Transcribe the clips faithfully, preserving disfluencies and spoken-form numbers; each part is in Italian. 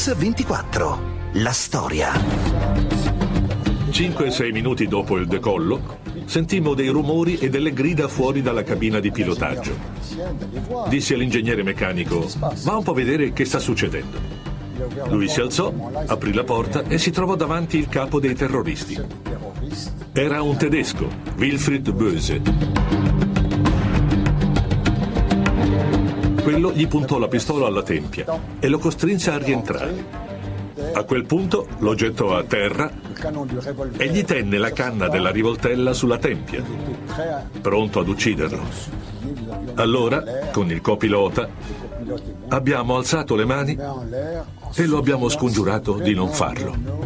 Mix ventiquattro. La storia. Cinque sei minuti dopo il decollo, sentimmo dei rumori e delle grida fuori dalla cabina di pilotaggio. Dissi all'ingegnere meccanico: va un po' a vedere che sta succedendo. Lui si alzò, aprì la porta e si trovò davanti il capo dei terroristi. Era un tedesco, Wilfried Böse. Quello gli puntò la pistola alla tempia e lo costrinse a rientrare. A quel punto lo gettò a terra e gli tenne la canna della rivoltella sulla tempia, pronto ad ucciderlo. Allora, con il copilota, abbiamo alzato le mani e lo abbiamo scongiurato di non farlo.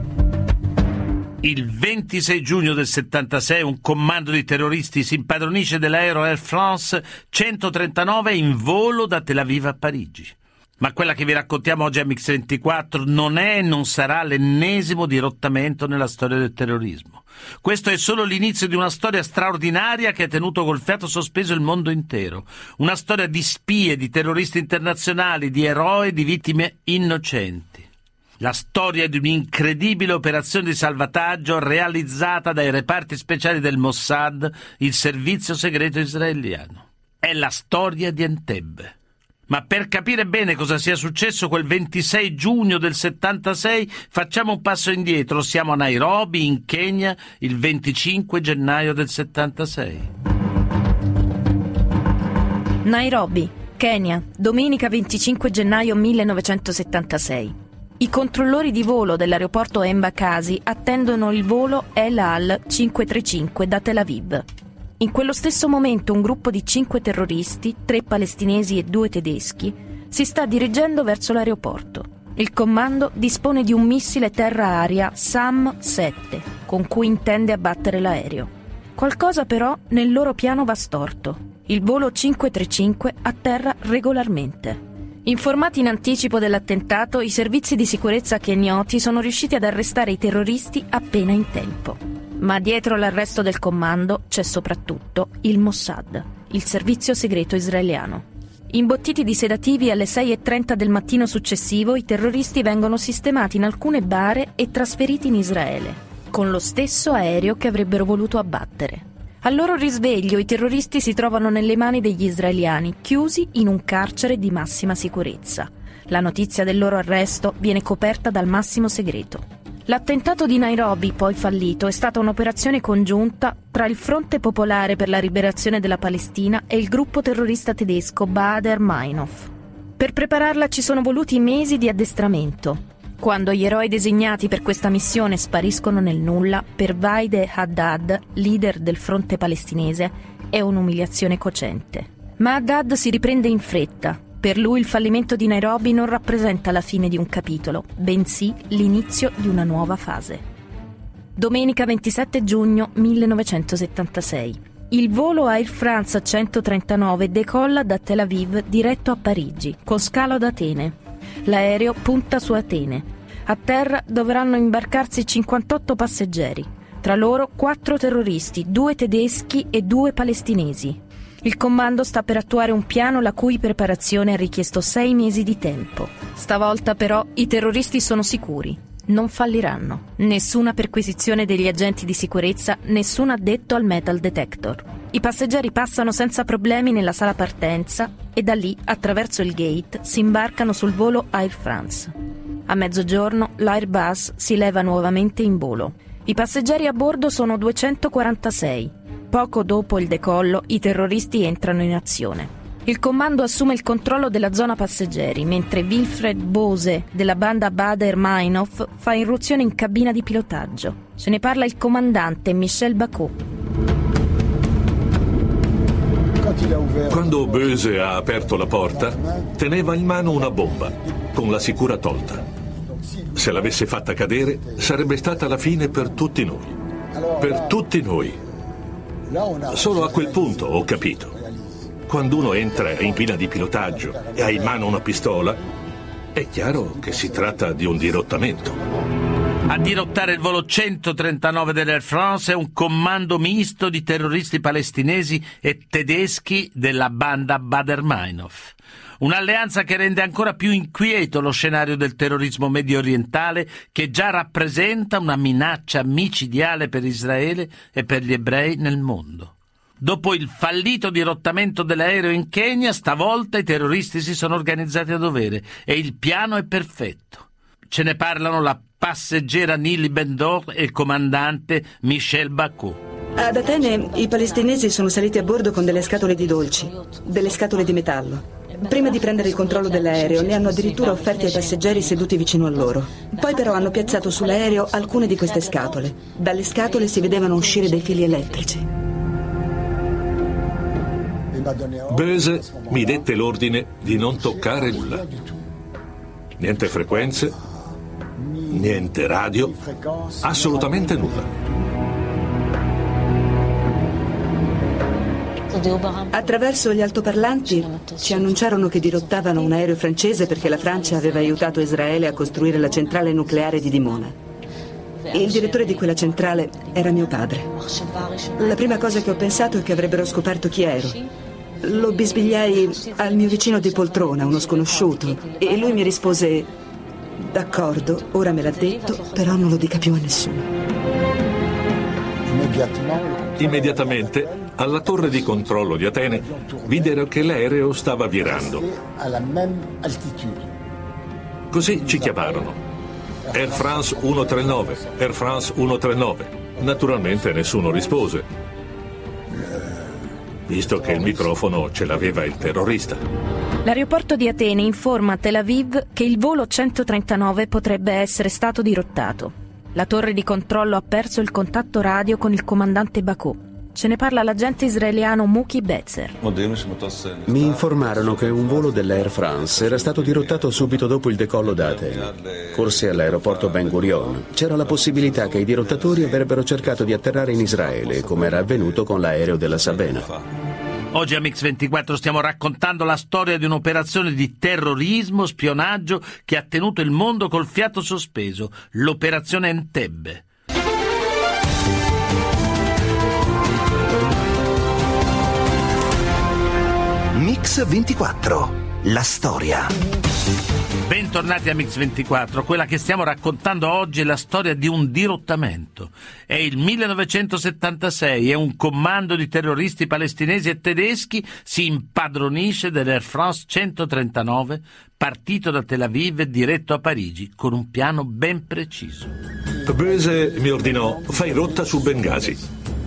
Il ventisei giugno del settantasei un comando di terroristi si impadronisce dell'aereo Air France centotrentanove in volo da Tel Aviv a Parigi. Ma quella che vi raccontiamo oggi a Mix ventiquattro non è e non sarà l'ennesimo dirottamento nella storia del terrorismo. Questo è solo l'inizio di una storia straordinaria che ha tenuto col fiato sospeso il mondo intero. Una storia di spie, di terroristi internazionali, di eroi, di vittime innocenti. La storia di un'incredibile operazione di salvataggio realizzata dai reparti speciali del Mossad, il servizio segreto israeliano. È la storia di Entebbe. Ma per capire bene cosa sia successo quel ventisei giugno del settantasei, facciamo un passo indietro. Siamo a Nairobi, in Kenya, il venticinque gennaio del settantasei. Nairobi, Kenya, domenica venticinque gennaio millenovecentosettantasei. I controllori di volo dell'aeroporto Embakasi attendono il volo El Al cinquecentotrentacinque da Tel Aviv. In quello stesso momento un gruppo di cinque terroristi, tre palestinesi e due tedeschi, si sta dirigendo verso l'aeroporto. Il comando dispone di un missile terra-aria Sam sette, con cui intende abbattere l'aereo. Qualcosa però nel loro piano va storto. Il volo cinquecentotrentacinque atterra regolarmente. Informati in anticipo dell'attentato, i servizi di sicurezza kenyoti sono riusciti ad arrestare i terroristi appena in tempo. Ma dietro l'arresto del comando c'è soprattutto il Mossad, il servizio segreto israeliano. Imbottiti di sedativi alle sei e trenta del mattino successivo, i terroristi vengono sistemati in alcune bare e trasferiti in Israele, con lo stesso aereo che avrebbero voluto abbattere. Al loro risveglio i terroristi si trovano nelle mani degli israeliani, chiusi in un carcere di massima sicurezza. La notizia del loro arresto viene coperta dal massimo segreto. L'attentato di Nairobi, poi fallito, è stata un'operazione congiunta tra il Fronte Popolare per la Liberazione della Palestina e il gruppo terrorista tedesco Baader Meinhof. Per prepararla ci sono voluti mesi di addestramento. Quando gli eroi designati per questa missione spariscono nel nulla, per Waide Haddad, leader del fronte palestinese, è un'umiliazione cocente. Ma Haddad si riprende in fretta. Per lui il fallimento di Nairobi non rappresenta la fine di un capitolo, bensì l'inizio di una nuova fase. Domenica ventisette giugno millenovecentosettantasei. Il volo Air France centotrentanove decolla da Tel Aviv diretto a Parigi, con scalo ad Atene. L'aereo punta su Atene. A terra dovranno imbarcarsi cinquantotto passeggeri, tra loro quattro terroristi, due tedeschi e due palestinesi. Il comando sta per attuare un piano la cui preparazione ha richiesto sei mesi di tempo. Stavolta però i terroristi sono sicuri. Non falliranno. Nessuna perquisizione degli agenti di sicurezza, nessun addetto al metal detector. I passeggeri passano senza problemi nella sala partenza e da lì, attraverso il gate, si imbarcano sul volo Air France. A mezzogiorno l'Airbus si leva nuovamente in volo. I passeggeri a bordo sono duecentoquarantasei. Poco dopo il decollo, i terroristi entrano in azione. Il comando assume il controllo della zona passeggeri, mentre Wilfried Böse, della banda Baader Meinhof, fa irruzione in cabina di pilotaggio. Ce ne parla il comandante Michel Bacot. Quando Böse ha aperto la porta, teneva in mano una bomba, con la sicura tolta. Se l'avesse fatta cadere, sarebbe stata la fine per tutti noi. Per tutti noi. Solo a quel punto ho capito. Quando uno entra in cabina di pilotaggio e ha in mano una pistola, è chiaro che si tratta di un dirottamento. A dirottare il volo centotrentanove dell'Air France è un comando misto di terroristi palestinesi e tedeschi della banda Baader-Meinhof. Un'alleanza che rende ancora più inquieto lo scenario del terrorismo medio orientale, che già rappresenta una minaccia micidiale per Israele e per gli ebrei nel mondo. Dopo il fallito dirottamento dell'aereo in Kenya, stavolta i terroristi si sono organizzati a dovere e il piano è perfetto. Ce ne parlano la passeggera Nili Bendor e il comandante Michel Bacot. Ad Atene i palestinesi sono saliti a bordo con delle scatole di dolci, delle scatole di metallo. Prima di prendere il controllo dell'aereo ne hanno addirittura offerti ai passeggeri seduti vicino a loro. Poi però hanno piazzato sull'aereo alcune di queste scatole. Dalle scatole si vedevano uscire dei fili elettrici. Böse mi dette l'ordine di non toccare nulla. Niente frequenze, niente radio, assolutamente nulla. Attraverso gli altoparlanti ci annunciarono che dirottavano un aereo francese perché la Francia aveva aiutato Israele a costruire la centrale nucleare di Dimona. Il direttore di quella centrale era mio padre. La prima cosa che ho pensato è che avrebbero scoperto chi ero. Lo bisbigliai al mio vicino di poltrona, uno sconosciuto, e lui mi rispose: d'accordo, ora me l'ha detto, però non lo dica più a nessuno. Immediatamente, alla torre di controllo di Atene, videro che l'aereo stava virando. Così ci chiamarono. Air France centotrentanove, Air France centotrentanove. Naturalmente nessuno rispose, visto che il microfono ce l'aveva il terrorista. L'aeroporto di Atene informa a Tel Aviv che il volo centotrentanove potrebbe essere stato dirottato. La torre di controllo ha perso il contatto radio con il comandante Bacot. Ce ne parla l'agente israeliano Muki Betzer. Mi informarono che un volo dell'Air France era stato dirottato subito dopo il decollo da Atene. Corse all'aeroporto Ben Gurion. C'era la possibilità che i dirottatori avrebbero cercato di atterrare in Israele, come era avvenuto con l'aereo della Sabena. Oggi a Mix ventiquattro stiamo raccontando la storia di un'operazione di terrorismo, spionaggio che ha tenuto il mondo col fiato sospeso, l'operazione Entebbe. Mix ventiquattro, la storia. Bentornati a Mix ventiquattro. Quella che stiamo raccontando oggi è la storia di un dirottamento. È il millenovecentosettantasei e un comando di terroristi palestinesi e tedeschi si impadronisce dell'Air France centotrentanove, partito da Tel Aviv e diretto a Parigi, con un piano ben preciso. Böse mi ordinò: fai rotta su Bengasi.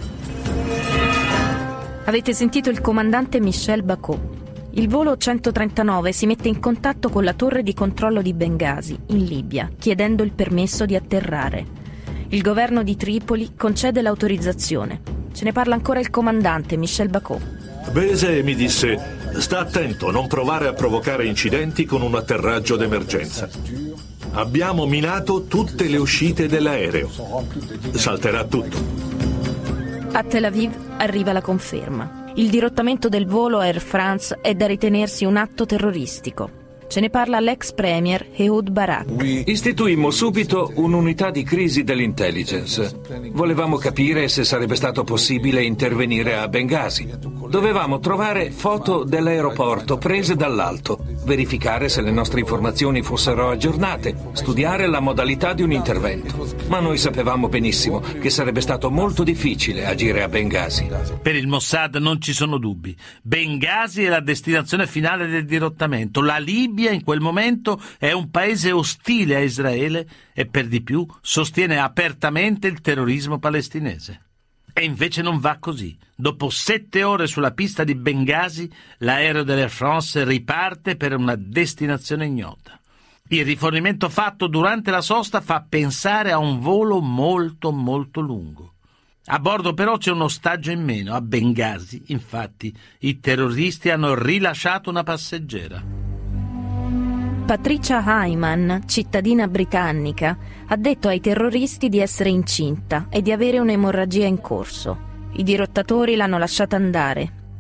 Avete sentito il comandante Michel Bacot. Il volo centotrentanove si mette in contatto con la torre di controllo di Bengasi, in Libia, chiedendo il permesso di atterrare. Il governo di Tripoli concede l'autorizzazione. Ce ne parla ancora il comandante Michel Bacot. Böse mi disse: sta attento, non provare a provocare incidenti con un atterraggio d'emergenza. Abbiamo minato tutte le uscite dell'aereo. Salterà tutto. A Tel Aviv arriva la conferma. Il dirottamento del volo Air France è da ritenersi un atto terroristico. Ce ne parla l'ex premier Ehud Barak. Istituimmo subito un'unità di crisi dell'intelligence. Volevamo capire se sarebbe stato possibile intervenire a Bengasi. Dovevamo trovare foto dell'aeroporto prese dall'alto, verificare se le nostre informazioni fossero aggiornate, studiare la modalità di un intervento. Ma noi sapevamo benissimo che sarebbe stato molto difficile agire a Bengasi. Per il Mossad non ci sono dubbi. Bengasi è la destinazione finale del dirottamento. La Libia in quel momento è un paese ostile a Israele e per di più sostiene apertamente il terrorismo palestinese. E invece non va così. Dopo sette ore sulla pista di Bengasi, l'aereo dell'Air France riparte per una destinazione ignota. Il rifornimento fatto durante la sosta fa pensare a un volo molto molto lungo. A bordo però c'è un ostaggio in meno. A Bengasi, infatti, i terroristi hanno rilasciato una passeggera. Patricia Hyman, cittadina britannica, ha detto ai terroristi di essere incinta e di avere un'emorragia in corso. I dirottatori l'hanno lasciata andare.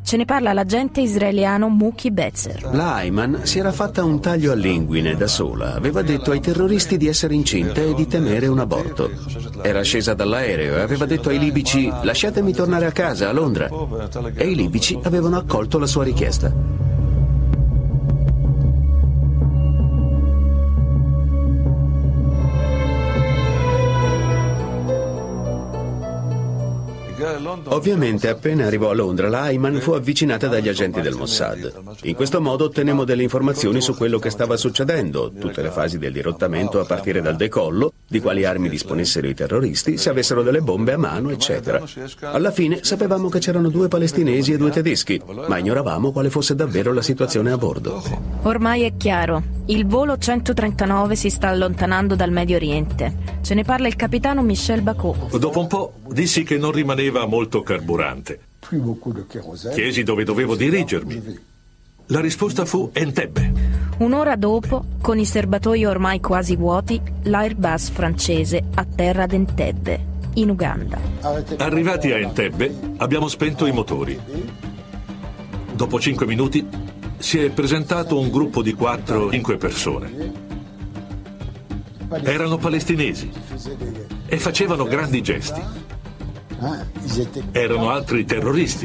Ce ne parla l'agente israeliano Muki Betzer. La Ayman si era fatta un taglio all'inguine da sola. Aveva detto ai terroristi di essere incinta e di temere un aborto. Era scesa dall'aereo e aveva detto ai libici: lasciatemi tornare a casa, a Londra. E i libici avevano accolto la sua richiesta. Ovviamente appena arrivò a Londra la Ayman fu avvicinata dagli agenti del Mossad. In questo modo ottenemmo delle informazioni su quello che stava succedendo, tutte le fasi del dirottamento a partire dal decollo, di quali armi disponessero i terroristi, se avessero delle bombe a mano, eccetera. Alla fine sapevamo che c'erano due palestinesi e due tedeschi, ma ignoravamo quale fosse davvero la situazione a bordo. Ormai è chiaro, il volo centotrentanove si sta allontanando dal Medio Oriente. Ce ne parla il capitano Michel Bacot. Dopo un po' dissi che non rimaneva molto carburante. Chiesi dove dovevo dirigermi. La risposta fu Entebbe. Un'ora dopo, con i serbatoi ormai quasi vuoti, l'Airbus francese atterra ad Entebbe, in Uganda. Arrivati a Entebbe, abbiamo spento i motori. Dopo cinque minuti si è presentato un gruppo di quattro cinque persone. Erano palestinesi e facevano grandi gesti. Erano altri terroristi,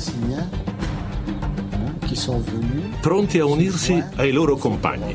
pronti a unirsi ai loro compagni.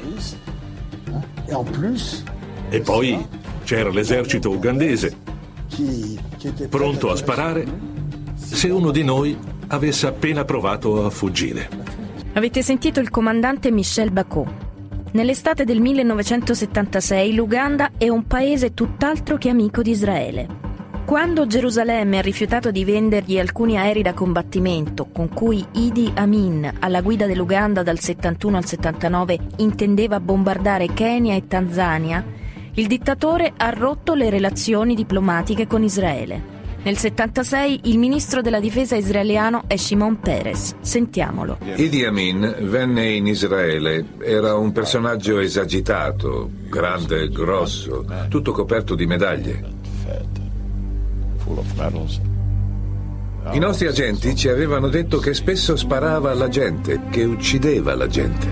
E poi c'era l'esercito ugandese, pronto a sparare se uno di noi avesse appena provato a fuggire. Avete sentito il comandante Michel Bacot. Nell'estate del millenovecentosettantasei l'Uganda è un paese tutt'altro che amico di Israele. Quando Gerusalemme ha rifiutato di vendergli alcuni aerei da combattimento con cui Idi Amin, alla guida dell'Uganda dal settantuno al settantanove, intendeva bombardare Kenya e Tanzania, il dittatore ha rotto le relazioni diplomatiche con Israele. Nel settantasei il ministro della difesa israeliano è Shimon Peres. Sentiamolo. Idi Amin venne in Israele. Era un personaggio esagitato, grande, grosso, tutto coperto di medaglie. I nostri agenti ci avevano detto che spesso sparava alla gente, che uccideva la gente.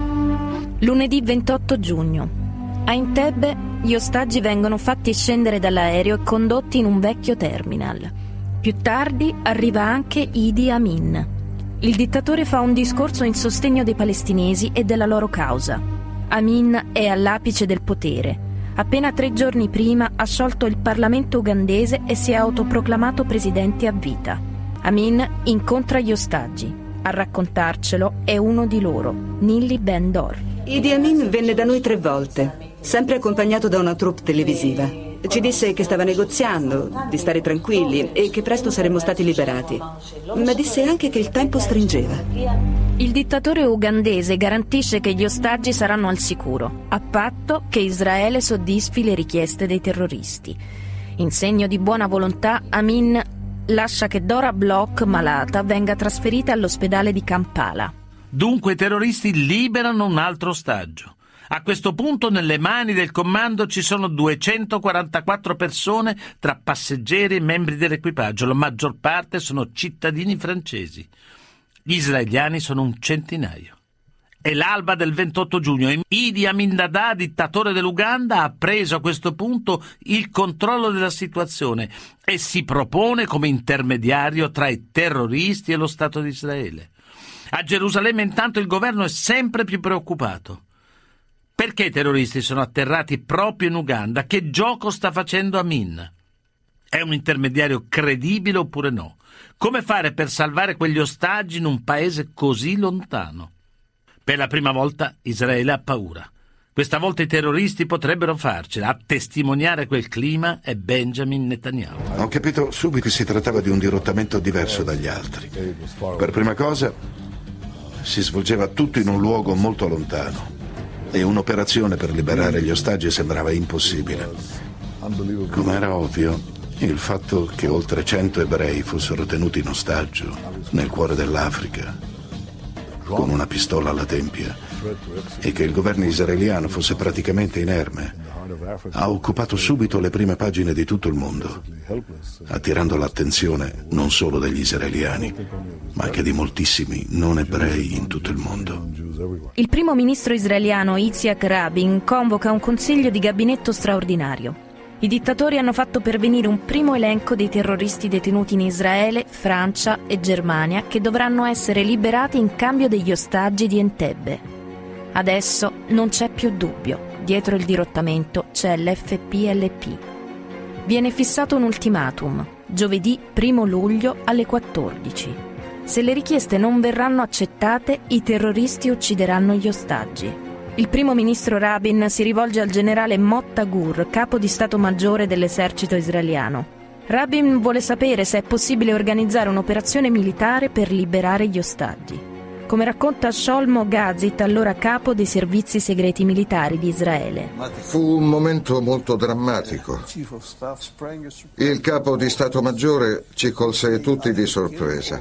Lunedì ventotto giugno. A Entebbe gli ostaggi vengono fatti scendere dall'aereo e condotti in un vecchio terminal. Più tardi arriva anche Idi Amin. Il dittatore fa un discorso in sostegno dei palestinesi e della loro causa. Amin è all'apice del potere. Appena tre giorni prima ha sciolto il Parlamento ugandese e si è autoproclamato presidente a vita. Amin incontra gli ostaggi. A raccontarcelo è uno di loro, Nilli Ben Dor. Idi Amin venne da noi tre volte, sempre accompagnato da una troupe televisiva. Ci disse che stava negoziando, di stare tranquilli e che presto saremmo stati liberati. Ma disse anche che il tempo stringeva. Il dittatore ugandese garantisce che gli ostaggi saranno al sicuro, a patto che Israele soddisfi le richieste dei terroristi. In segno di buona volontà, Amin lascia che Dora Bloch, malata, venga trasferita all'ospedale di Kampala. Dunque i terroristi liberano un altro ostaggio. A questo punto nelle mani del comando ci sono duecentoquarantaquattro persone tra passeggeri e membri dell'equipaggio. La maggior parte sono cittadini francesi. Gli israeliani sono un centinaio. È l'alba del ventotto giugno e Idi Amin Dada, dittatore dell'Uganda, ha preso a questo punto il controllo della situazione e si propone come intermediario tra i terroristi e lo Stato di Israele. A Gerusalemme intanto il governo è sempre più preoccupato. Perché i terroristi sono atterrati proprio in Uganda? Che gioco sta facendo Amin? È un intermediario credibile oppure no? Come fare per salvare quegli ostaggi in un paese così lontano? Per la prima volta Israele ha paura. Questa volta i terroristi potrebbero farcela. A testimoniare quel clima è Benjamin Netanyahu. Ho capito subito che si trattava di un dirottamento diverso dagli altri. Per prima cosa si svolgeva tutto in un luogo molto lontano e un'operazione per liberare gli ostaggi sembrava impossibile. Come era ovvio, il fatto che oltre cento ebrei fossero tenuti in ostaggio nel cuore dell'Africa con una pistola alla tempia e che il governo israeliano fosse praticamente inerme ha occupato subito le prime pagine di tutto il mondo, attirando l'attenzione non solo degli israeliani, ma anche di moltissimi non ebrei in tutto il mondo. Il primo ministro israeliano Yitzhak Rabin convoca un consiglio di gabinetto straordinario. I dittatori hanno fatto pervenire un primo elenco dei terroristi detenuti in Israele, Francia e Germania che dovranno essere liberati in cambio degli ostaggi di Entebbe. Adesso non c'è più dubbio, dietro il dirottamento c'è l'F P L P. Viene fissato un ultimatum, giovedì primo luglio alle quattordici. Se le richieste non verranno accettate, i terroristi uccideranno gli ostaggi. Il primo ministro Rabin si rivolge al generale Motta Gur, capo di Stato Maggiore dell'esercito israeliano. Rabin vuole sapere se è possibile organizzare un'operazione militare per liberare gli ostaggi. Come racconta Sholmo Gazit, allora capo dei servizi segreti militari di Israele. Fu un momento molto drammatico. Il capo di Stato Maggiore ci colse tutti di sorpresa.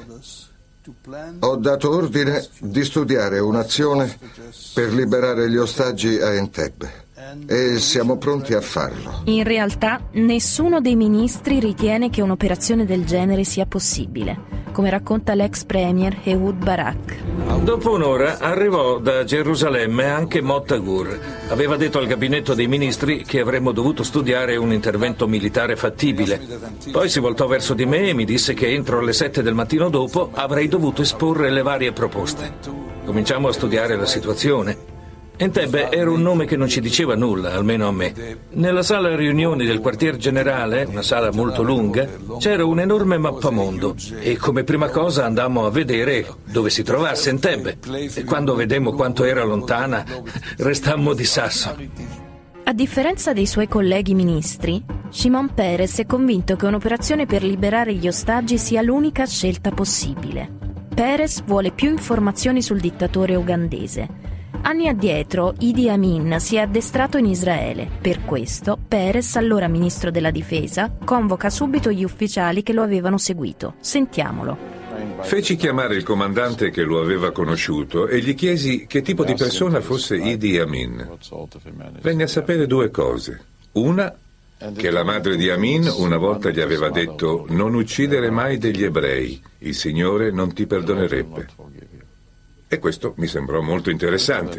Ho dato ordine di studiare un'azione per liberare gli ostaggi a Entebbe e siamo pronti a farlo. In realtà nessuno dei ministri ritiene che un'operazione del genere sia possibile, come racconta l'ex premier Ehud Barak. Dopo un'ora arrivò da Gerusalemme anche Motta Gur. Aveva detto al gabinetto dei ministri che avremmo dovuto studiare un intervento militare fattibile. Poi si voltò verso di me e mi disse che entro le sette del mattino dopo avrei dovuto esporre le varie proposte. Cominciamo a studiare la situazione. Entebbe era un nome che non ci diceva nulla, almeno a me. Nella sala riunioni del quartier generale, una sala molto lunga, c'era un enorme mappamondo e come prima cosa andammo a vedere dove si trovasse Entebbe. E quando vedemmo quanto era lontana, restammo di sasso. A differenza dei suoi colleghi ministri, Shimon Peres è convinto che un'operazione per liberare gli ostaggi sia l'unica scelta possibile. Peres vuole più informazioni sul dittatore ugandese. Anni addietro Idi Amin si è addestrato in Israele. Per questo Peres, allora ministro della difesa, convoca subito gli ufficiali che lo avevano seguito. Sentiamolo. Feci chiamare il comandante che lo aveva conosciuto e gli chiesi che tipo di persona fosse Idi Amin. Venne a sapere due cose. Una, che la madre di Amin una volta gli aveva detto: non uccidere mai degli ebrei, il Signore non ti perdonerebbe. E questo mi sembrò molto interessante.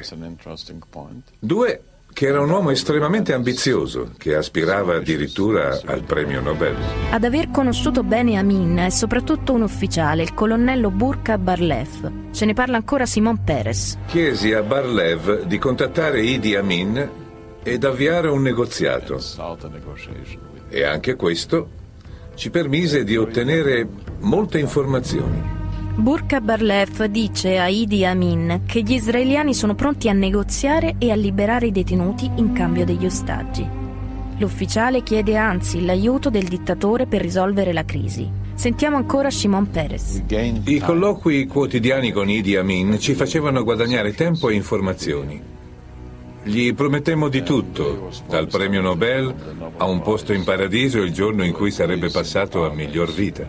Due, che era un uomo estremamente ambizioso, che aspirava addirittura al premio Nobel. Ad aver conosciuto bene Amin è soprattutto un ufficiale, il colonnello Burka Barlev. Ce ne parla ancora Shimon Peres. Chiesi a Barlev di contattare Idi Amin ed avviare un negoziato. E anche questo ci permise di ottenere molte informazioni. Burka Barlev dice a Idi Amin che gli israeliani sono pronti a negoziare e a liberare i detenuti in cambio degli ostaggi. L'ufficiale chiede anzi l'aiuto del dittatore per risolvere la crisi. Sentiamo ancora Shimon Peres. I colloqui quotidiani con Idi Amin ci facevano guadagnare tempo e informazioni. Gli promettemmo di tutto, dal premio Nobel a un posto in paradiso il giorno in cui sarebbe passato a miglior vita.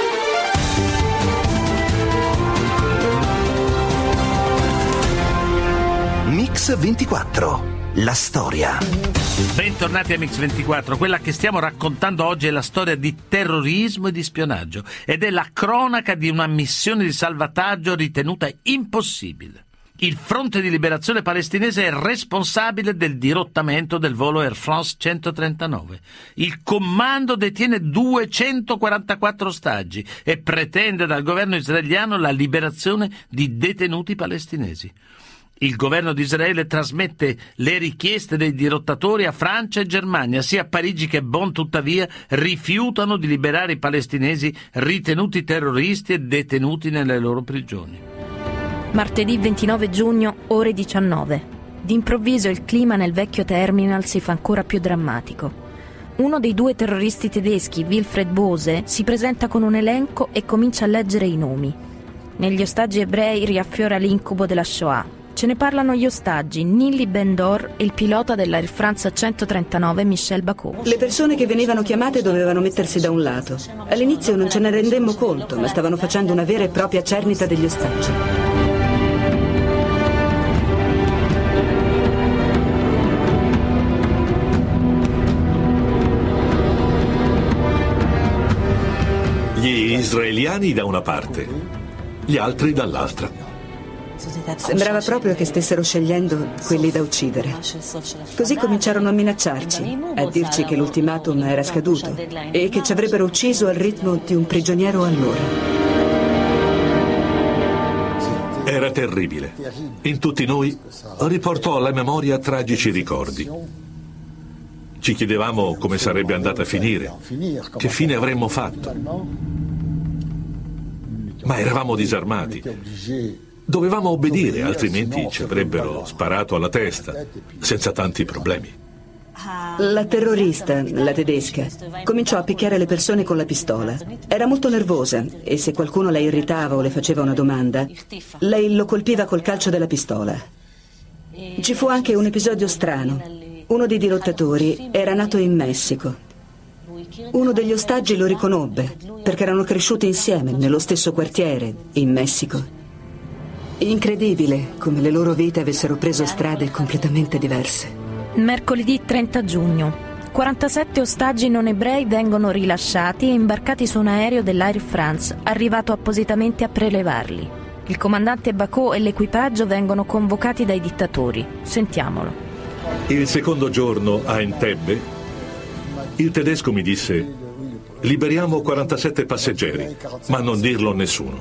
Mix ventiquattro, la storia. Bentornati a Mix ventiquattro. Quella che stiamo raccontando oggi è la storia di terrorismo e di spionaggio ed è la cronaca di una missione di salvataggio ritenuta impossibile. Il Fronte di Liberazione Palestinese è responsabile del dirottamento del volo Air France centotrentanove. Il comando detiene duecentoquarantaquattro ostaggi e pretende dal governo israeliano la liberazione di detenuti palestinesi. Il governo di Israele trasmette le richieste dei dirottatori a Francia e Germania. Sia Parigi che Bonn, tuttavia, rifiutano di liberare i palestinesi ritenuti terroristi e detenuti nelle loro prigioni. Martedì ventinove giugno, ore diciannove. D'improvviso il clima nel vecchio terminal si fa ancora più drammatico. Uno dei due terroristi tedeschi, Wilfried Bose, si presenta con un elenco e comincia a leggere i nomi. Negli ostaggi ebrei riaffiora l'incubo della Shoah. Ce ne parlano gli ostaggi, Nili Ben-Dor e il pilota dell'Air France centotrentanove Michel Bacot. Le persone che venivano chiamate dovevano mettersi da un lato. All'inizio non ce ne rendemmo conto, ma stavano facendo una vera e propria cernita degli ostaggi. israeliani da una parte, gli altri dall'altra. Sembrava proprio che stessero scegliendo quelli da uccidere. Così cominciarono a minacciarci, a dirci che l'ultimatum era scaduto e che ci avrebbero ucciso al ritmo di un prigioniero all'ora. Era terribile. In tutti noi riportò alla memoria tragici ricordi. Ci chiedevamo come sarebbe andata a finire, che fine avremmo fatto. Ma eravamo disarmati. Dovevamo obbedire, altrimenti ci avrebbero sparato alla testa, senza tanti problemi. La terrorista, la tedesca, cominciò a picchiare le persone con la pistola. Era molto nervosa e se qualcuno la irritava o le faceva una domanda, lei lo colpiva col calcio della pistola. Ci fu anche un episodio strano. Uno dei dirottatori era nato in Messico. Uno degli ostaggi lo riconobbe perché erano cresciuti insieme nello stesso quartiere, in Messico. Incredibile come le loro vite avessero preso strade completamente diverse. Mercoledì trenta giugno. quarantasette ostaggi non ebrei vengono rilasciati e imbarcati su un aereo dell'Air France, arrivato appositamente a prelevarli. Il comandante Bacot e l'equipaggio vengono convocati dai dittatori. Sentiamolo. Il secondo giorno a Entebbe, il tedesco mi disse: liberiamo quarantasette passeggeri, ma non dirlo a nessuno.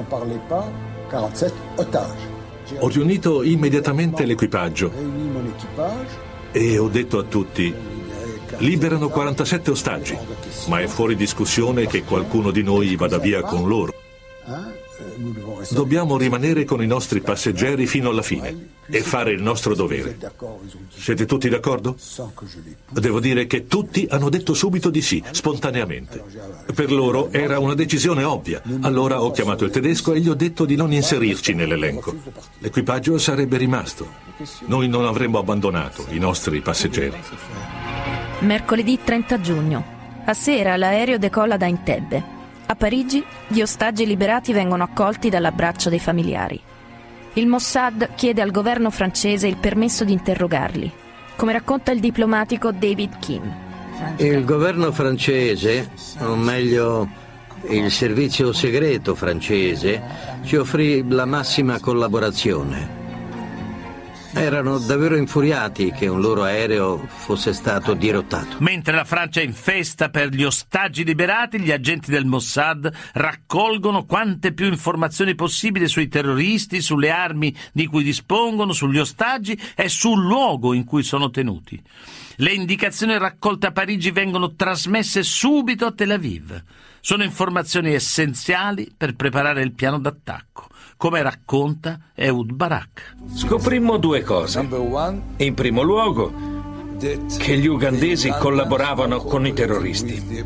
Ho riunito immediatamente l'equipaggio e ho detto a tutti: liberano quarantasette ostaggi, ma è fuori discussione che qualcuno di noi vada via con loro. Dobbiamo rimanere con i nostri passeggeri fino alla fine e fare il nostro dovere. Siete tutti d'accordo? Devo dire che tutti hanno detto subito di sì, spontaneamente. Per loro era una decisione ovvia. Allora ho chiamato il tedesco e gli ho detto di non inserirci nell'elenco. L'equipaggio sarebbe rimasto. Noi non avremmo abbandonato i nostri passeggeri. Mercoledì trenta giugno. A sera l'aereo decolla da Entebbe. A Parigi gli ostaggi liberati vengono accolti dall'abbraccio dei familiari. Il Mossad chiede al governo francese il permesso di interrogarli, come racconta il diplomatico David Kim. Il governo francese, o meglio il servizio segreto francese, ci offrì la massima collaborazione. Erano davvero infuriati che un loro aereo fosse stato dirottato. Mentre la Francia è in festa per gli ostaggi liberati, gli agenti del Mossad raccolgono quante più informazioni possibili sui terroristi, sulle armi di cui dispongono, sugli ostaggi e sul luogo in cui sono tenuti. Le indicazioni raccolte a Parigi vengono trasmesse subito a Tel Aviv. Sono informazioni essenziali per preparare il piano d'attacco, come racconta Ehud Barak. Scoprimmo due cose. In primo luogo, che gli ugandesi collaboravano con i terroristi.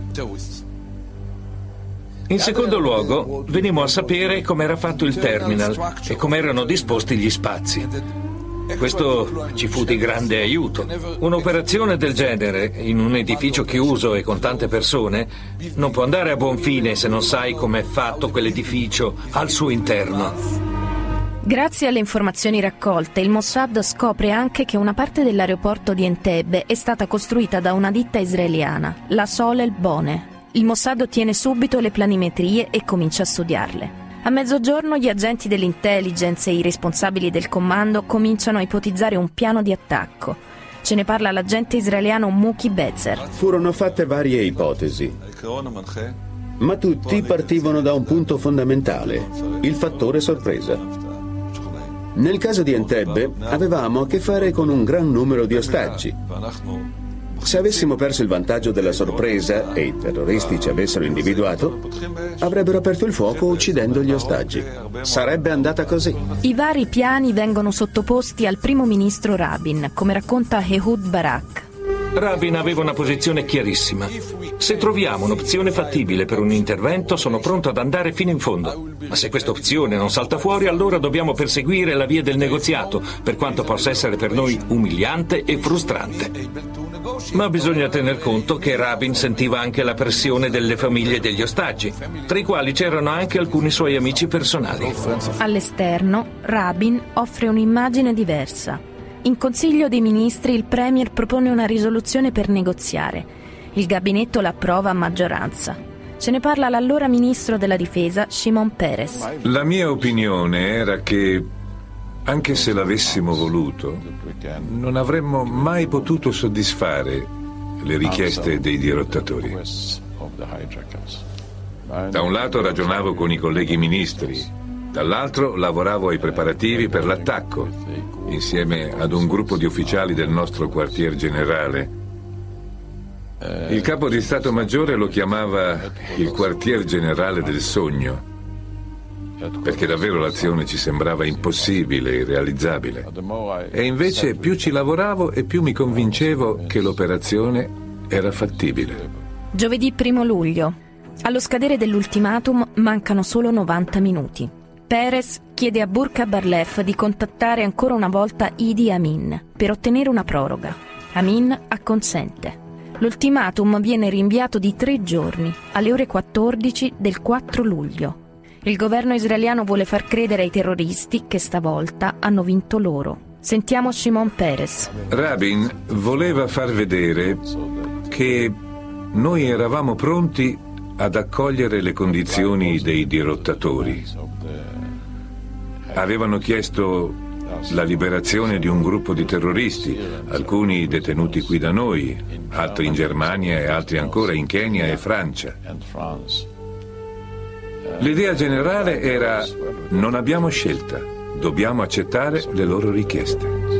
In secondo luogo, venimmo a sapere come era fatto il terminal e come erano disposti gli spazi. Questo ci fu di grande aiuto. Un'operazione del genere, in un edificio chiuso e con tante persone, non può andare a buon fine se non sai come è fatto quell'edificio al suo interno. Grazie alle informazioni raccolte, il Mossad scopre anche che una parte dell'aeroporto di Entebbe è stata costruita da una ditta israeliana, la Solel Bone. Il Mossad ottiene subito le planimetrie e comincia a studiarle. A mezzogiorno gli agenti dell'intelligence e i responsabili del comando cominciano a ipotizzare un piano di attacco. Ce ne parla l'agente israeliano Muki Bezer. Furono fatte varie ipotesi, ma tutti partivano da un punto fondamentale, il fattore sorpresa. Nel caso di Entebbe avevamo a che fare con un gran numero di ostaggi. Se avessimo perso il vantaggio della sorpresa e i terroristi ci avessero individuato, avrebbero aperto il fuoco uccidendo gli ostaggi. Sarebbe andata così. I vari piani vengono sottoposti al primo ministro Rabin, come racconta Ehud Barak. Rabin aveva una posizione chiarissima. Se troviamo un'opzione fattibile per un intervento, sono pronto ad andare fino in fondo. Ma se questa opzione non salta fuori, allora dobbiamo perseguire la via del negoziato, per quanto possa essere per noi umiliante e frustrante. Ma bisogna tener conto che Rabin sentiva anche la pressione delle famiglie degli ostaggi, tra i quali c'erano anche alcuni suoi amici personali. All'esterno, Rabin offre un'immagine diversa. In Consiglio dei Ministri il Premier propone una risoluzione per negoziare. Il gabinetto l'approva a maggioranza. Ce ne parla l'allora ministro della difesa Shimon Peres. La mia opinione era che, anche se l'avessimo voluto, non avremmo mai potuto soddisfare le richieste dei dirottatori. Da un lato ragionavo con i colleghi ministri, dall'altro lavoravo ai preparativi per l'attacco, insieme ad un gruppo di ufficiali del nostro quartier generale. Il capo di Stato Maggiore lo chiamava il quartier generale del sogno, perché davvero l'azione ci sembrava impossibile e irrealizzabile. E invece più ci lavoravo e più mi convincevo che l'operazione era fattibile. Giovedì primo luglio. Allo scadere dell'ultimatum mancano solo novanta minuti. Peres chiede a Burqa Barlef di contattare ancora una volta Idi Amin per ottenere una proroga. Amin acconsente. L'ultimatum viene rinviato di tre giorni, alle ore quattordici del quattro luglio. Il governo israeliano vuole far credere ai terroristi che stavolta hanno vinto loro. Sentiamo Shimon Peres. Rabin voleva far vedere che noi eravamo pronti ad accogliere le condizioni dei dirottatori. Avevano chiesto la liberazione di un gruppo di terroristi, alcuni detenuti qui da noi, altri in Germania e altri ancora in Kenya e Francia. L'idea generale era: non abbiamo scelta, dobbiamo accettare le loro richieste.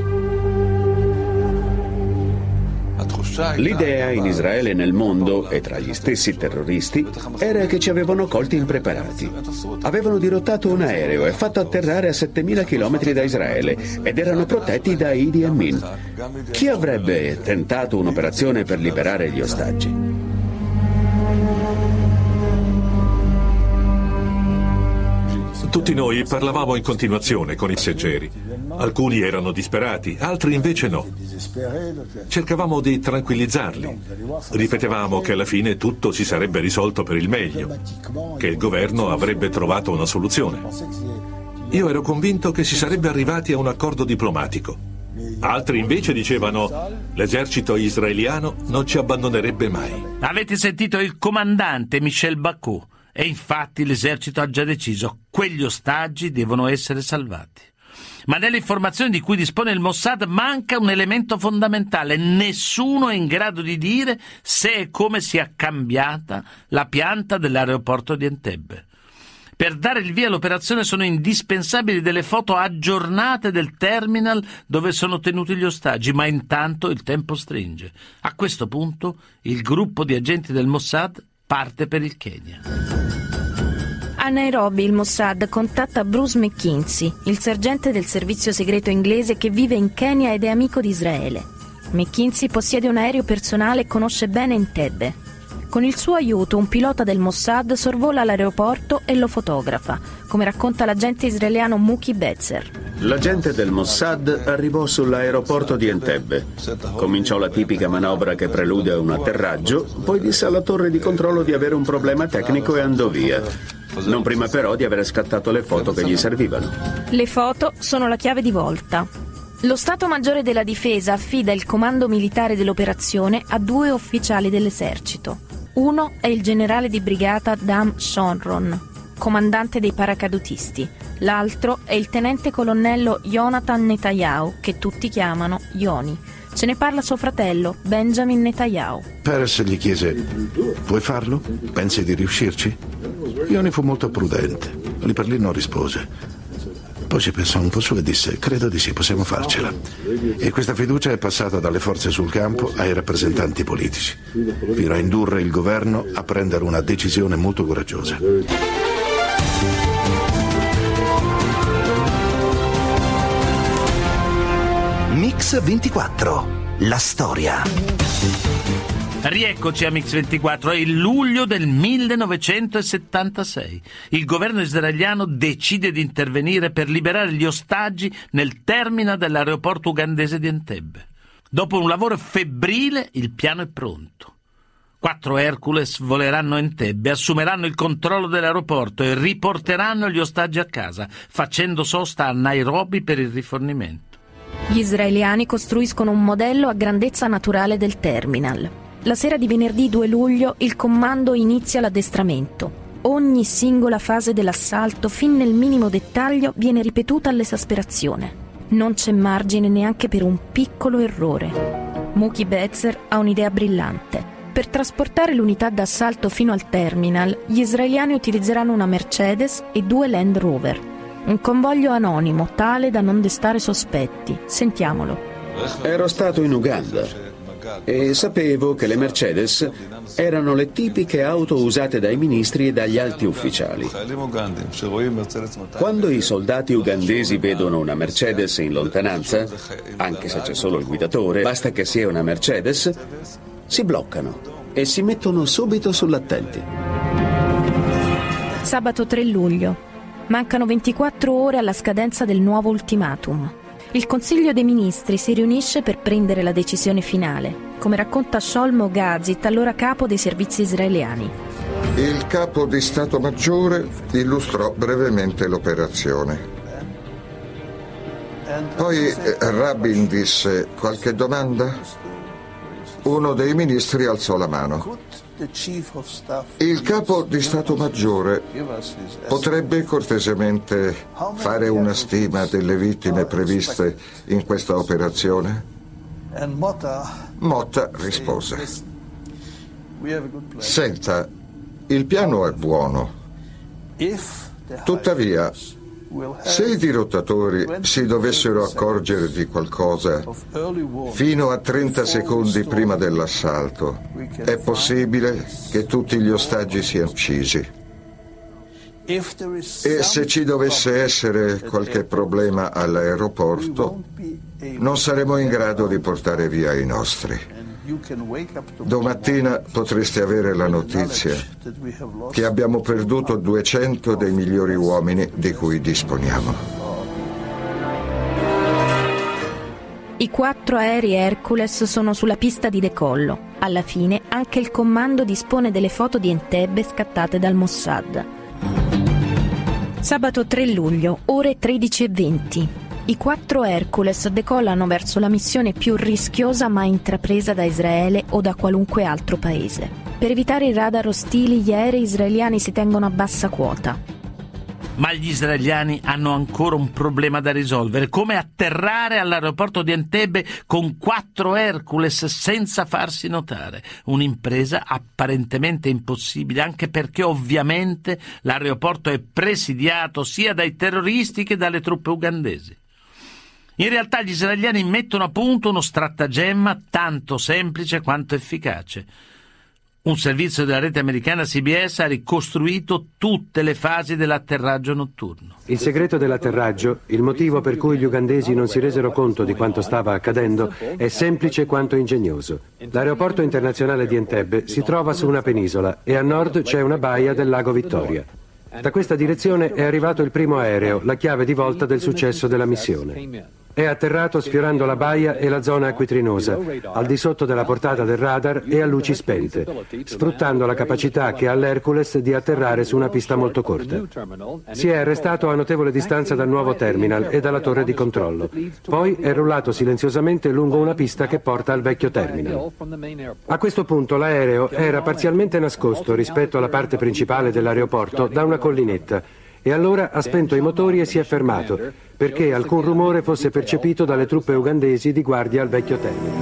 L'idea in Israele e nel mondo, e tra gli stessi terroristi, era che ci avevano colti impreparati. Avevano dirottato un aereo e fatto atterrare a settemila chilometri da Israele ed erano protetti da Idi Amin. Chi avrebbe tentato un'operazione per liberare gli ostaggi? Tutti noi parlavamo in continuazione con i passeggeri. Alcuni erano disperati, altri invece no. Cercavamo di tranquillizzarli. Ripetevamo che alla fine tutto si sarebbe risolto per il meglio, che il governo avrebbe trovato una soluzione. Io ero convinto che si sarebbe arrivati a un accordo diplomatico. Altri invece dicevano: l'esercito israeliano non ci abbandonerebbe mai. Avete sentito il comandante Michel Bakou? E infatti l'esercito ha già deciso: quegli ostaggi devono essere salvati. Ma nelle informazioni di cui dispone il Mossad manca un elemento fondamentale. Nessuno è in grado di dire se e come sia cambiata la pianta dell'aeroporto di Entebbe. Per dare il via all'operazione sono indispensabili delle foto aggiornate del terminal dove sono tenuti gli ostaggi, ma intanto il tempo stringe. A questo punto il gruppo di agenti del Mossad parte per il Kenya. A Nairobi il Mossad contatta Bruce McKinsey, il sergente del servizio segreto inglese che vive in Kenya ed è amico di Israele. McKinsey possiede un aereo personale e conosce bene Entebbe. Con il suo aiuto un pilota del Mossad sorvola l'aeroporto e lo fotografa, come racconta l'agente israeliano Muki Betzer. L'agente del Mossad arrivò sull'aeroporto di Entebbe. Cominciò la tipica manovra che prelude a un atterraggio, poi disse alla torre di controllo di avere un problema tecnico e andò via. Non prima però di aver scattato le foto che gli servivano. Le foto sono la chiave di volta. Lo Stato Maggiore della Difesa affida il comando militare dell'operazione a due ufficiali dell'esercito. Uno è il generale di brigata Dam Shonron, comandante dei paracadutisti. L'altro è il tenente colonnello Jonathan Netanyahu, che tutti chiamano Yoni. Ce ne parla suo fratello, Benjamin Netanyahu. Peres gli chiese: puoi farlo? Pensi di riuscirci? Yoni fu molto prudente. Lì per lì non rispose. Poi ci pensò un po' su e disse: credo di sì, possiamo farcela. E questa fiducia è passata dalle forze sul campo ai rappresentanti politici, fino a indurre il governo a prendere una decisione molto coraggiosa. Mix ventiquattro, la storia. Rieccoci a Mix ventiquattro, è il luglio del millenovecentosettantasei. Il governo israeliano decide di intervenire per liberare gli ostaggi nel terminal dell'aeroporto ugandese di Entebbe. Dopo un lavoro febbrile, il piano è pronto. Quattro Hercules voleranno a Entebbe, assumeranno il controllo dell'aeroporto e riporteranno gli ostaggi a casa, facendo sosta a Nairobi per il rifornimento. Gli israeliani costruiscono un modello a grandezza naturale del terminal. La sera di venerdì due luglio il comando inizia l'addestramento. Ogni singola fase dell'assalto, fin nel minimo dettaglio, viene ripetuta all'esasperazione. Non c'è margine neanche per un piccolo errore. Mookie Betzer ha un'idea brillante. Per trasportare l'unità d'assalto fino al terminal, gli israeliani utilizzeranno una Mercedes e due Land Rover. Un convoglio anonimo, tale da non destare sospetti. Sentiamolo. Ero stato in Uganda e sapevo che le Mercedes erano le tipiche auto usate dai ministri e dagli alti ufficiali. Quando i soldati ugandesi vedono una Mercedes in lontananza, anche se c'è solo il guidatore, basta che sia una Mercedes, si bloccano e si mettono subito sull'attenti. Sabato tre luglio. Mancano ventiquattro ore alla scadenza del nuovo ultimatum. Il Consiglio dei Ministri si riunisce per prendere la decisione finale, come racconta Shlomo Gazit, allora capo dei servizi israeliani. Il capo di Stato Maggiore illustrò brevemente l'operazione. Poi eh, Rabin disse: qualche domanda? Uno dei ministri alzò la mano. Il capo di Stato Maggiore potrebbe cortesemente fare una stima delle vittime previste in questa operazione? Motta rispose: senta, il piano è buono. Tuttavia, se i dirottatori si dovessero accorgere di qualcosa fino a trenta secondi prima dell'assalto, è possibile che tutti gli ostaggi siano uccisi. E se ci dovesse essere qualche problema all'aeroporto, non saremo in grado di portare via i nostri. Domattina potreste avere la notizia che abbiamo perduto duecento dei migliori uomini di cui disponiamo. I quattro aerei Hercules sono sulla pista di decollo. Alla fine anche il comando dispone delle foto di Entebbe scattate dal Mossad. Sabato tre luglio, ore tredici e venti. I quattro Hercules decollano verso la missione più rischiosa mai intrapresa da Israele o da qualunque altro paese. Per evitare i radar ostili, gli aerei israeliani si tengono a bassa quota. Ma gli israeliani hanno ancora un problema da risolvere: come atterrare all'aeroporto di Entebbe con quattro Hercules senza farsi notare. Un'impresa apparentemente impossibile, anche perché ovviamente l'aeroporto è presidiato sia dai terroristi che dalle truppe ugandesi. In realtà gli israeliani mettono a punto uno stratagemma tanto semplice quanto efficace. Un servizio della rete americana C B S ha ricostruito tutte le fasi dell'atterraggio notturno. Il segreto dell'atterraggio, il motivo per cui gli ugandesi non si resero conto di quanto stava accadendo, è semplice quanto ingegnoso. L'aeroporto internazionale di Entebbe si trova su una penisola e a nord c'è una baia del lago Vittoria. Da questa direzione è arrivato il primo aereo, la chiave di volta del successo della missione. È atterrato sfiorando la baia e la zona acquitrinosa, al di sotto della portata del radar e a luci spente, sfruttando la capacità che ha l'Hercules di atterrare su una pista molto corta. Si è arrestato a notevole distanza dal nuovo terminal e dalla torre di controllo. Poi è rullato silenziosamente lungo una pista che porta al vecchio terminal. A questo punto l'aereo era parzialmente nascosto rispetto alla parte principale dell'aeroporto da una collinetta, e allora ha spento i motori e si è fermato, perché alcun rumore fosse percepito dalle truppe ugandesi di guardia al vecchio terminal.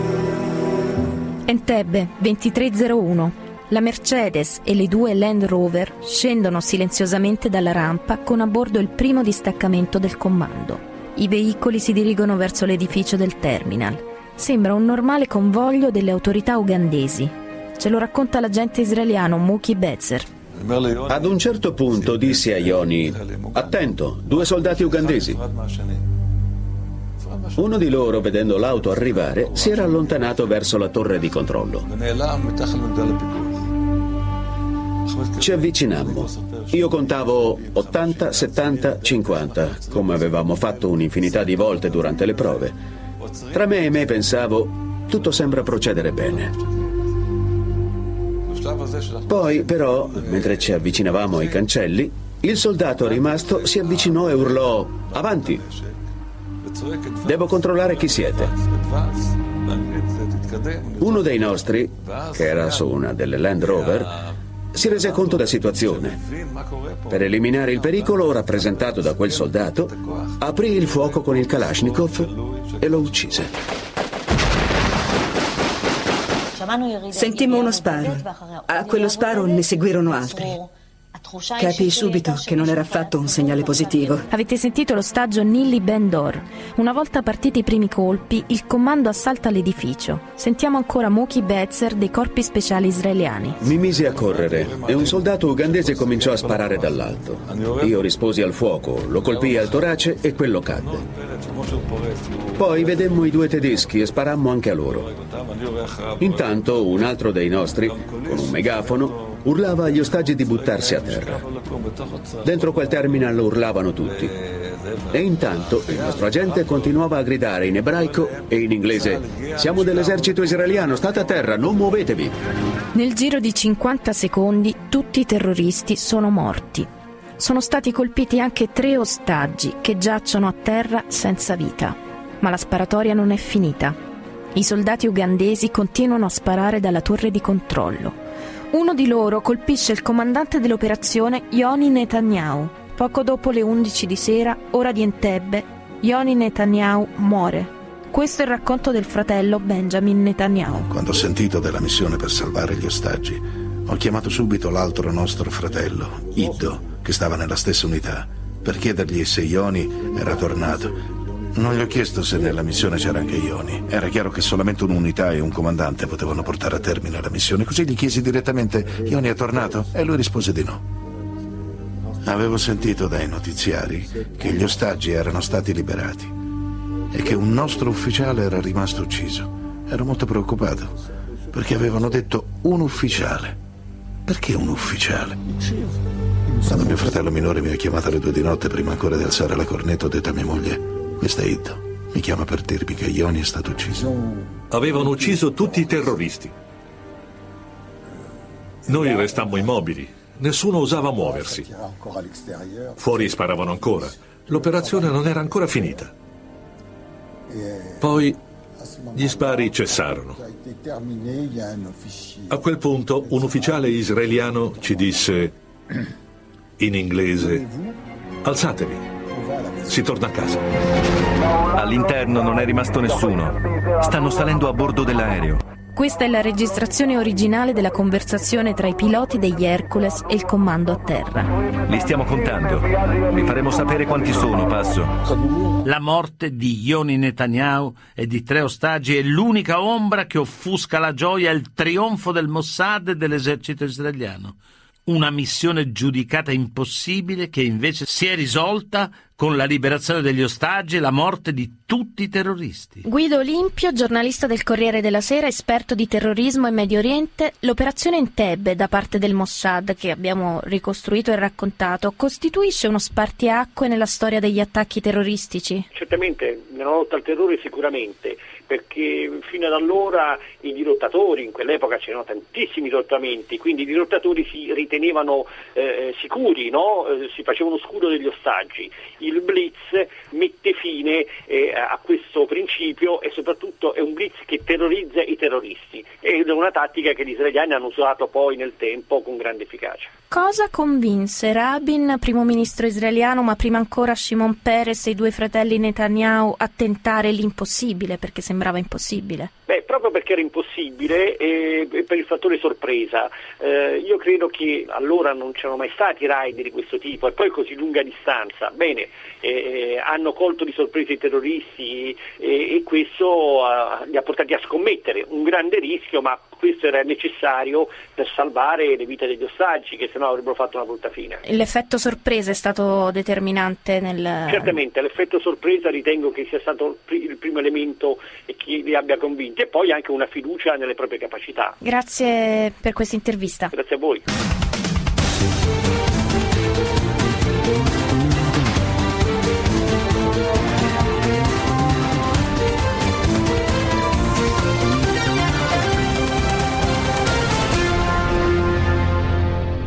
Entebbe, ventitré zero uno. La Mercedes e le due Land Rover scendono silenziosamente dalla rampa con a bordo il primo distaccamento del comando. I veicoli si dirigono verso l'edificio del terminal. Sembra un normale convoglio delle autorità ugandesi. Ce lo racconta l'agente israeliano Mookie Betzer. Ad un certo punto dissi a Yoni: attento, due soldati ugandesi. Uno di loro, vedendo l'auto arrivare, si era allontanato verso la torre di controllo. Ci avvicinammo. Io contavo ottanta, settanta, cinquanta, come avevamo fatto un'infinità di volte durante le prove. Tra me e me pensavo: tutto sembra procedere bene. Poi, però, mentre ci avvicinavamo ai cancelli, il soldato rimasto si avvicinò e urlò: avanti! Devo controllare chi siete. Uno dei nostri, che era su una delle Land Rover, si rese conto della situazione. Per eliminare il pericolo rappresentato da quel soldato, aprì il fuoco con il Kalashnikov e lo uccise. Sentimmo uno sparo. A quello sparo ne seguirono altri. Capii subito che non era affatto un segnale positivo. Avete sentito lo stagio Nili Ben-Dor. Una volta partiti i primi colpi, il comando assalta l'edificio. Sentiamo ancora Mookie Betzer dei corpi speciali israeliani. Mi misi a correre e un soldato ugandese cominciò a sparare dall'alto. Io risposi al fuoco, lo colpii al torace e quello cadde. Poi vedemmo i due tedeschi e sparammo anche a loro. Intanto un altro dei nostri, con un megafono, urlava agli ostaggi di buttarsi a terra. Dentro quel terminal urlavano tutti. E intanto il nostro agente continuava a gridare in ebraico e in inglese: siamo dell'esercito israeliano, state a terra, non muovetevi. Nel giro di cinquanta secondi tutti i terroristi sono morti. Sono stati colpiti anche tre ostaggi che giacciono a terra senza vita. Ma la sparatoria non è finita. I soldati ugandesi continuano a sparare dalla torre di controllo. Uno di loro colpisce il comandante dell'operazione Yoni Netanyahu. Poco dopo le undici di sera, ora di Entebbe, Yoni Netanyahu muore. Questo è il racconto del fratello Benjamin Netanyahu. Quando ho sentito della missione per salvare gli ostaggi, ho chiamato subito l'altro nostro fratello, Iddo, che stava nella stessa unità, per chiedergli se Yoni era tornato. Non gli ho chiesto se nella missione c'era anche Yoni. Era chiaro che solamente un'unità e un comandante potevano portare a termine la missione, così gli chiesi direttamente: Yoni è tornato? E lui rispose di no. Avevo sentito dai notiziari che gli ostaggi erano stati liberati e che un nostro ufficiale era rimasto ucciso. Ero molto preoccupato, perché avevano detto un ufficiale. Perché un ufficiale? Quando mio fratello minore mi ha chiamato alle due di notte, prima ancora di alzare la cornetta, ho detto a mia moglie: questo è Iddo, mi chiama per dirmi che Yoni è stato ucciso. Avevano ucciso tutti i terroristi. Noi restammo immobili, nessuno osava muoversi. Fuori sparavano ancora, l'operazione non era ancora finita. Poi gli spari cessarono. A quel punto un ufficiale israeliano ci disse in inglese: alzatevi, si torna a casa. All'interno non è rimasto nessuno. Stanno salendo a bordo dell'aereo. Questa è la registrazione originale della conversazione tra i piloti degli Hercules e il comando a terra. Li stiamo contando. Vi faremo sapere quanti sono, passo. La morte di Yoni Netanyahu e di tre ostaggi è l'unica ombra che offusca la gioia e il trionfo del Mossad e dell'esercito israeliano. Una missione giudicata impossibile che invece si è risolta con la liberazione degli ostaggi e la morte di tutti i terroristi. Guido Olimpio, giornalista del Corriere della Sera, esperto di terrorismo e Medio Oriente, l'operazione Entebbe da parte del Mossad, che abbiamo ricostruito e raccontato, costituisce uno spartiacque nella storia degli attacchi terroristici? Certamente, nella lotta al terrore sicuramente, perché fino ad allora i dirottatori, in quell'epoca c'erano tantissimi dirottamenti, quindi i dirottatori si ritenevano eh, sicuri, no? Eh, si facevano scudo degli ostaggi. Il blitz mette fine eh, a questo principio e soprattutto è un blitz che terrorizza i terroristi ed è una tattica che gli israeliani hanno usato poi nel tempo con grande efficacia. Cosa convinse Rabin, primo ministro israeliano, ma prima ancora Shimon Peres e i due fratelli Netanyahu a tentare l'impossibile, perché sembrava impossibile? Beh, proprio perché era impossibile e per il fattore sorpresa. Eh, io credo che allora non c'erano mai stati raid di questo tipo e poi così lunga distanza. Bene, eh, hanno colto di sorpresa i terroristi e, e questo uh, li ha portati a scommettere. Un grande rischio, ma questo era necessario per salvare le vite degli ostaggi, che sennò avrebbero fatto una brutta fine. L'effetto sorpresa è stato determinante nel... Certamente, l'effetto sorpresa ritengo che sia stato il primo elemento che li abbia convinti e poi anche una fiducia nelle proprie capacità. Grazie per questa intervista. Grazie a voi.